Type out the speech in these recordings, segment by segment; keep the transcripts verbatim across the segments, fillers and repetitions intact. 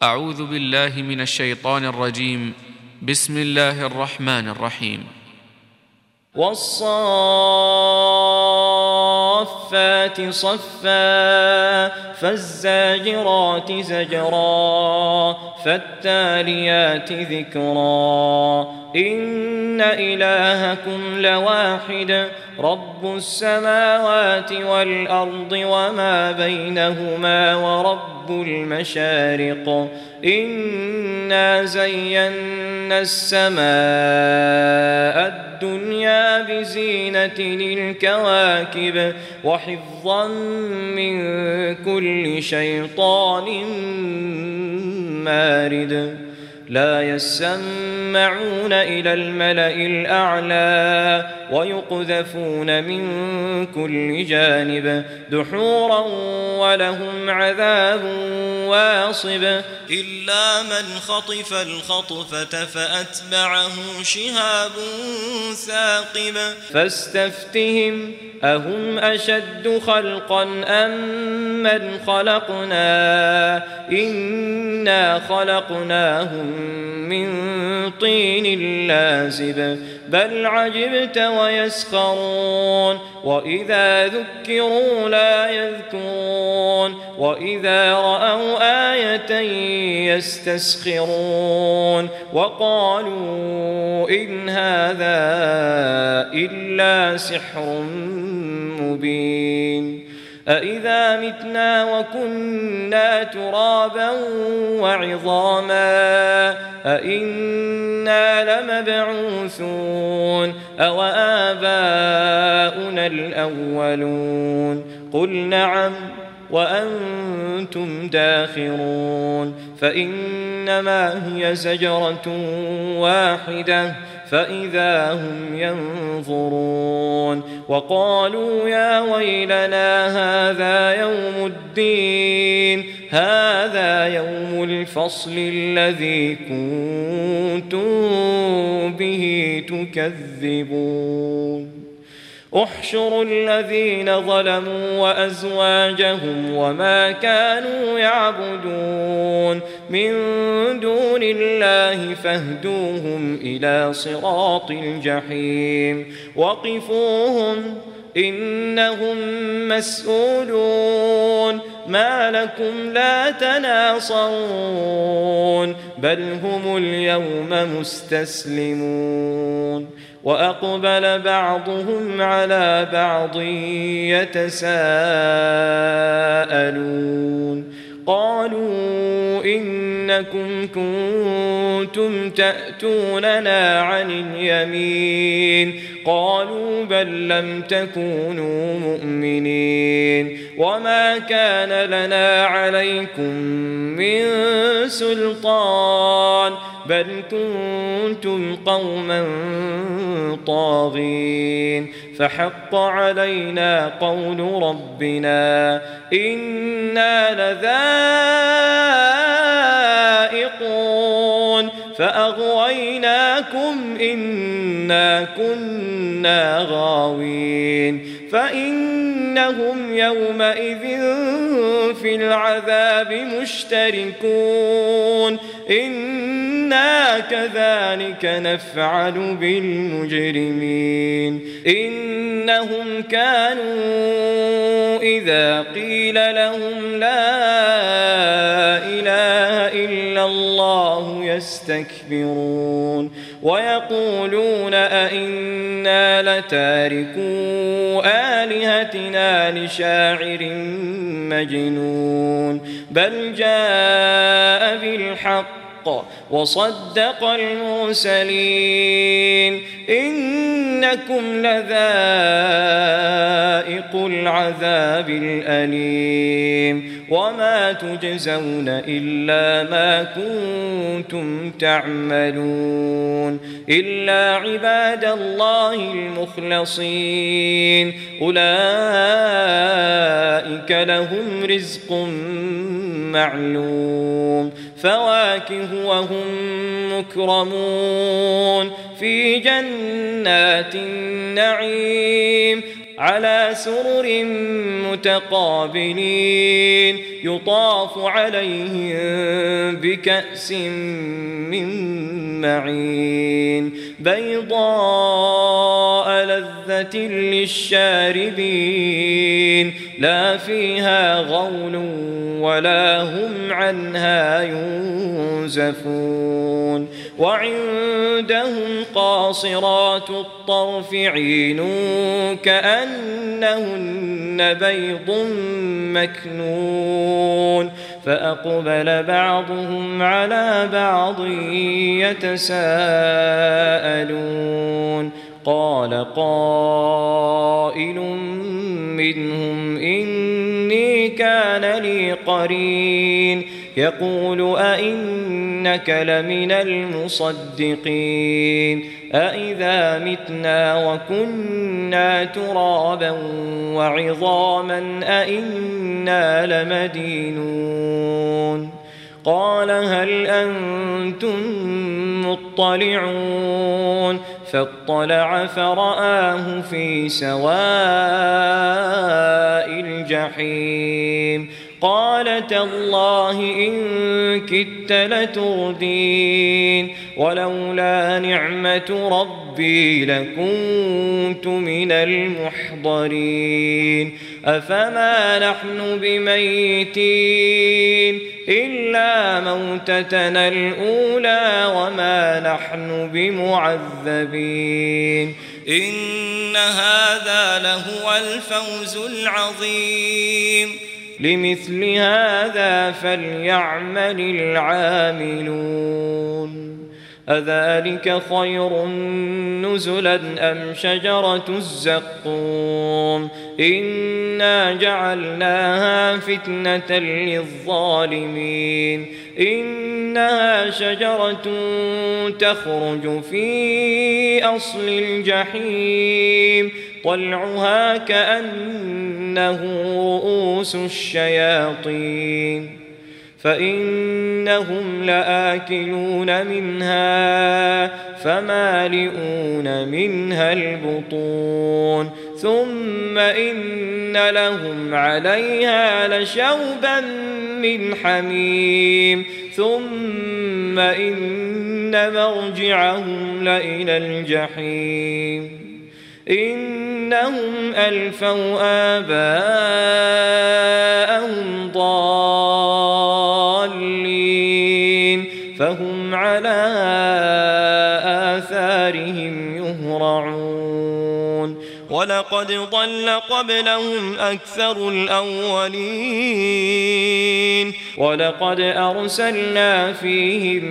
أعوذ بالله من الشيطان الرجيم. بسم الله الرحمن الرحيم. والصافات صفا فالزاجرات زجرا فالتاليات ذكرا إن إلهكم لواحد رب السماوات والأرض وما بينهما ورب المشارق إنا زينا السماء الدنيا بزينة الكواكب وحفظا من كل شيطان مارد لا يسمعون إلى الملأ الأعلى ويقذفون من كل جانب دحورا ولهم عذاب واصب إلا من خطف الخطفة فأتبعه شهاب ثاقب فاستفتهم أهم أشد خلقا أم من خلقنا إنا خلقناهم من طين لازب بل عجبت ويسخرون وإذا ذكروا لا يذكرون وإذا رأوا آية يستسخرون وقالوا إن هذا إلا سحر مبين أإذا متنا وكنا ترابا وعظاما أإنا لمبعوثون أو آباؤنا الأولون قل نعم وأنتم داخرون فإنما هي زجرة واحدة فإذا هم ينظرون وقالوا يا ويلنا هذا يوم الدين هذا يوم الفصل الذي كنتم به تكذبون احشروا الذين ظلموا وأزواجهم وما كانوا يعبدون من دون الله فاهدوهم إلى صراط الجحيم وقفوهم إنهم مسؤولون ما لكم لا تناصرون بل هم اليوم مستسلمون وأقبل بعضهم على بعض يتساءلون قالوا إنكم كنتم تأتوننا عن اليمين قالوا بل لم تكونوا مؤمنين وما كان لنا عليكم من سلطان بل كنتم قوما طاغين فحق علينا قول ربنا إنا لذائقون فأغويناكم إنا كنا غاوين فإنهم يومئذ في العذاب مشتركون إنا كذلك نفعل بالمجرمين إنهم كانوا إذا قيل لهم لا إله إلا الله يستكبرون ويقولون أئنا لتاركو آلهتنا لشاعر مجنون بل جاء بالحق وصدق المرسلين إنكم لذائق العذاب الأليم وما تجزون إلا ما كنتم تعملون إلا عباد الله المخلصين أولئك لهم رزق معلوم فواكه وهم مكرمون في جنات النعيم على سرر متقابلين يطاف عليهم بكأس من معين بيضاء لذة للشاربين لا فيها غول ولا هم عنها ينزفون وعندهم قاصرات الطرف عين كأنهن بيض مكنون فأقبل بعضهم على بعض يتساءلون قال قائل منهم إني كان لي قرين يقول أئنك لمن المصدقين أئذا متنا وكنا ترابا وعظاما أئنا لمدينون قال هل أنتم مطلعون فاطلع فرآه في سواء الجحيم قال تالله إن كدت لتردين ولولا نعمة ربي لكنت من المحضرين أفما نحن بميتين إلا موتتنا الأولى وما نحن بمعذبين إن هذا لهو الفوز العظيم لمثل هذا فليعمل العاملون أذلك خير نزلا أم شجرة الزقوم إنا جعلناها فتنة للظالمين إنها شجرة تخرج في أصل الجحيم طلعها كأنه رؤوس الشياطين فإنهم لآكلون منها فمالئون منها البطون ثم إن لهم عليها لشوبا من حميم ثم إن مرجعهم لإلى الجحيم إنهم ألفوا آباءهم ضالين فهم على آثارهم يهرعون ولقد ضل قبلهم أكثر الأولين ولقد أرسلنا فيهم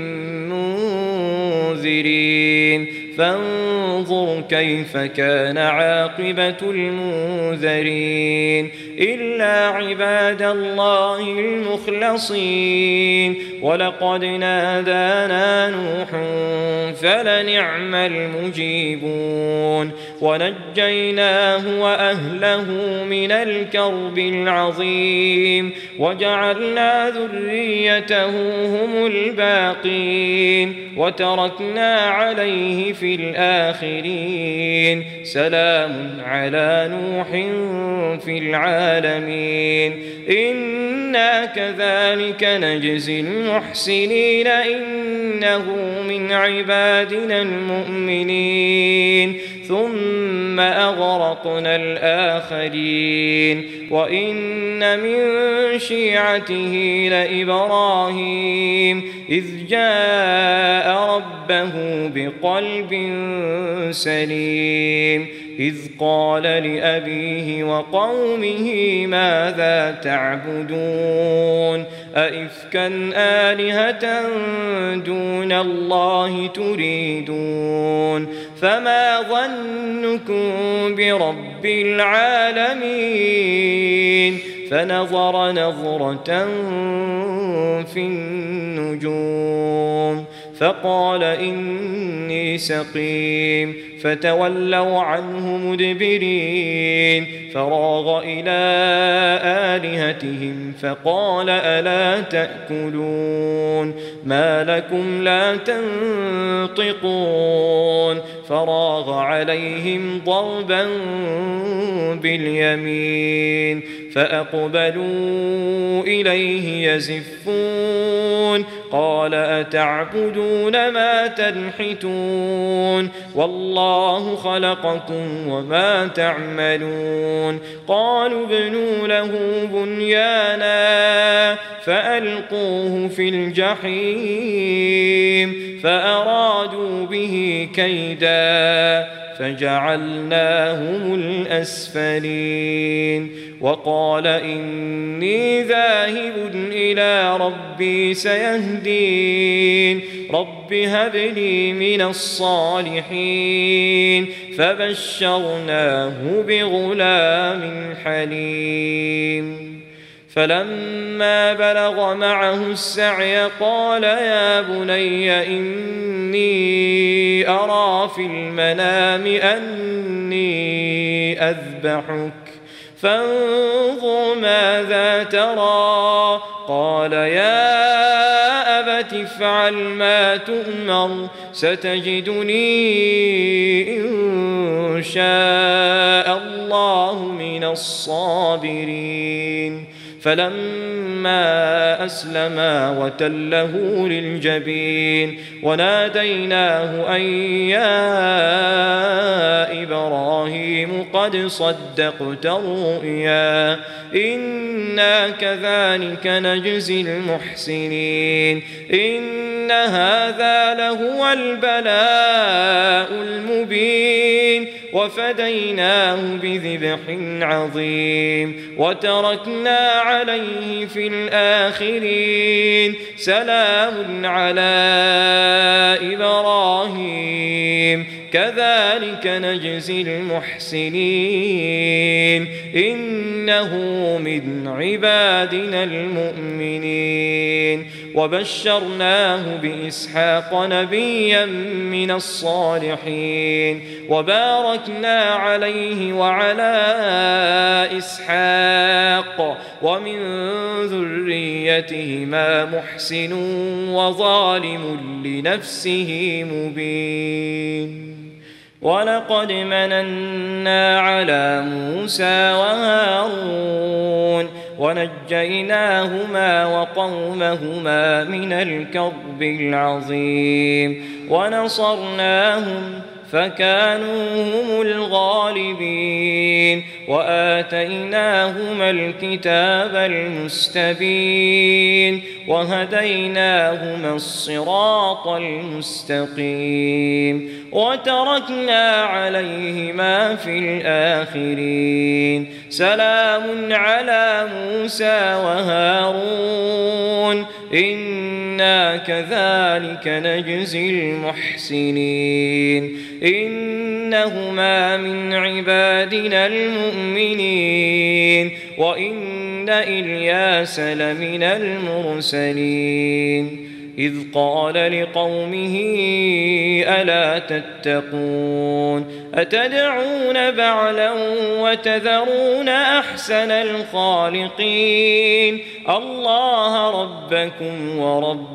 منذرين فانظر كيف كان عاقبة المنذرين إلا عباد الله المخلصين ولقد نادانا نوح فلنعم المجيبون ونجيناه وأهله من الكرب العظيم وجعلنا ذريته هم الباقين وتركنا عليه في الآخرين سلام على نوح في العالمين إنا كذلك نجزي المحسنين إنه من عبادنا المؤمنين ثم أغرقنا الآخرين وإن من شيعته لإبراهيم إذ جاء ربه بقلب سليم إذ قال لأبيه وقومه ماذا تعبدون أئفكا آلهة دون الله تريدون فما ظنكم برب العالمين فنظر نظرة في النجوم فقال إني سقيم فتولوا عنه مدبرين فراغ إلى آلهتهم فقال ألا تأكلون ما لكم لا تنطقون فراغ عليهم ضربا باليمين فأقبلوا إليه يزفون قال أتعبدون ما تنحتون والله خلقكم وما تعملون قالوا ابنوا له بنيانا فألقوه في الجحيم فأرادوا به كيدا فجعلناهم الأسفلين وقال إني ذاهب إلى ربي سيهدين رب هب لي من الصالحين فبشرناه بغلام حليم فلما بلغ معه السعي قال يا بني إني أرى في المنام أني أذبحك فانظر ماذا ترى قال يا أبت افعل ما تؤمر ستجدني إن شاء الله من الصابرين فلما أسلما وتله للجبين وناديناه أن يا إبراهيم قد صدقت الرؤيا إنا كذلك نجزي المحسنين إن هذا لهو البلاء المبين وفديناه بذبح عظيم وتركنا عليه في الآخرين سلام على إبراهيم كذلك نجزي المحسنين إنه من عبادنا المؤمنين وبشرناه بإسحاق نبيا من الصالحين وباركنا عليه وعلى إسحاق ومن ذريتهما محسن وظالم لنفسه مبين ولقد مننا على موسى وهارون ونجيناهما وقومهما من الكرب العظيم ونصرناهم فكانوا هم الغالبين وآتيناهما الكتاب المستبين وهديناهما الصراط المستقيم وتركنا عليهما في الآخرين سلام على موسى وهارون إنا كذلك نجزي المحسنين إنهما من عبادنا المؤمنين وإن إلياس لمن المرسلين إذ قال لقومه ألا تتقون أتدعون بعلا وتذرون أحسن الخالقين الله ربكم ورب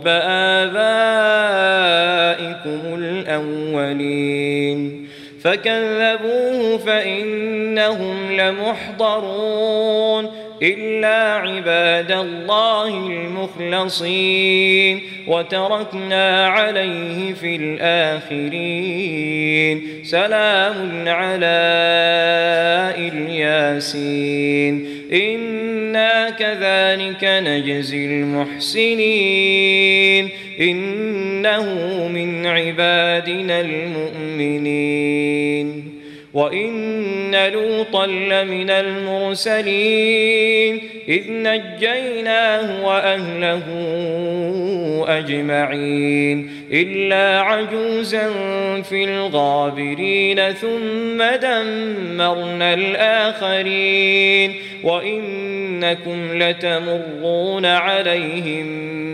آبائكم الأولين فكذبوه فإنهم لمحضرون إلا عباد الله المخلصين وتركنا عليه في الآخرين سلام على الياسين إنا كذلك نجزي المحسنين إنه من عبادنا المؤمنين وإن لوطا لمن المرسلين إذ نجيناه وأهله أجمعين إلا عجوزا في الغابرين ثم دمرنا الآخرين وإنكم لتمرون عليهم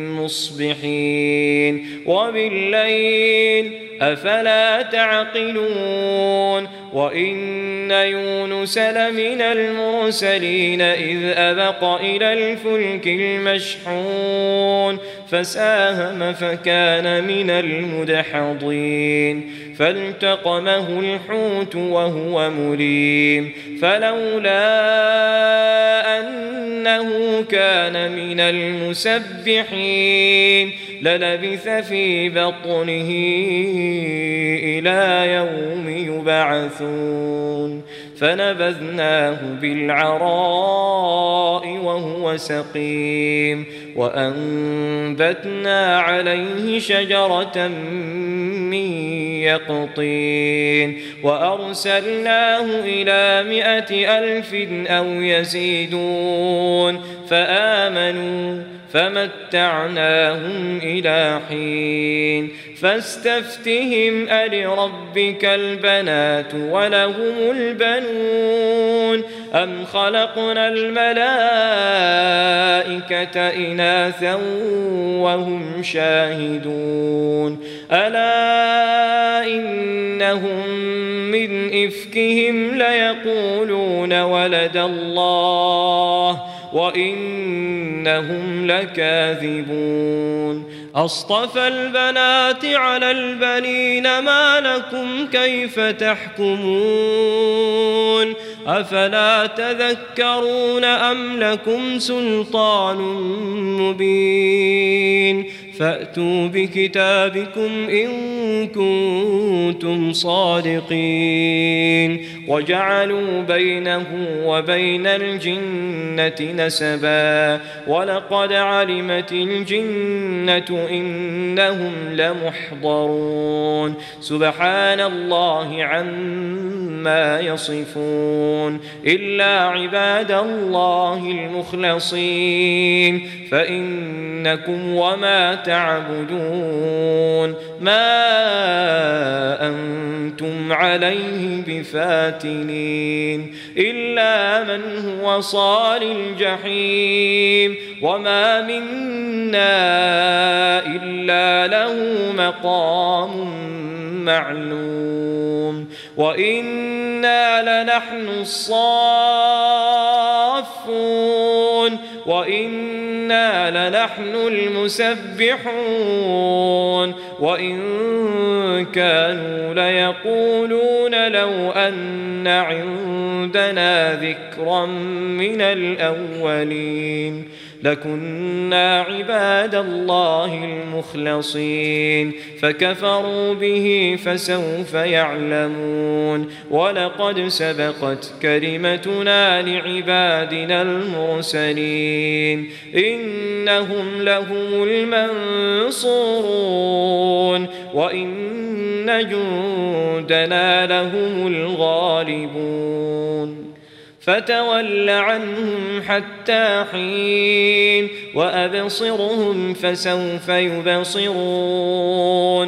مصبحين وبالليل أفلا تعقلون وإن يونس لمن المرسلين إذ أبق إلى الفلك المشحون فساهم فكان من المدحضين فالتقمه الحوت وهو مليم فلولا أنه كان من المسبحين للبث في بطنه إلى يوم يبعثون فنبذناه بالعراء وهو سقيم وأنبتنا عليه شجرة من يقطين وأرسلناه إلى مائة ألف أو يزيدون فآمنوا فمتعناهم إلى حين فاستفتهم ألربك البنات ولهم البنون أم خلقنا الملائكة إناثا وهم شاهدون ألا إنهم من إفكهم ليقولون ولد الله وإنهم لكاذبون أصطفى البنات على البنين ما لكم كيف تحكمون أفلا تذكرون أم لكم سلطان مبين فأتوا بكتابكم إن كنتم صادقين وجعلوا بينه وبين الجنة نسبا ولقد علمت الجنة إنهم لمحضرون سبحان الله عما يصفون إلا عباد الله المخلصين فإنكم وما تعبدون ما أنتم عليه بفاتنين إلا من هو صال الجحيم وما منا إلا له مقام معلوم وإنا لنحن الصافون وإنا لنحن المسبحون وإن كانوا ليقولون لو أن عندنا ذكرا من الأولين لكنا عباد الله المخلصين فكفروا به فسوف يعلمون ولقد سبقت كلمتنا لعبادنا المرسلين إنهم لهم المنصورون وإن جندنا لهم الغالبون فتول عنهم حتى حين وأبصرهم فسوف يبصرون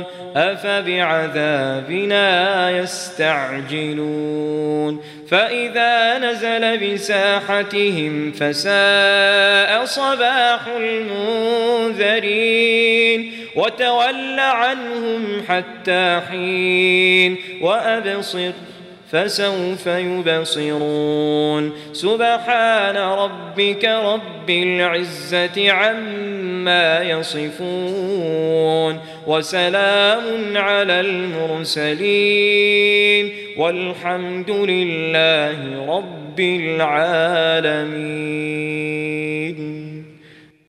أفبعذابنا يستعجلون فإذا نزل بساحتهم فساء صباح المنذرين وتول عنهم حتى حين وأبصر فسوف يبصرون سبحان ربك رب العزة عما يصفون وسلام على المرسلين والحمد لله رب العالمين.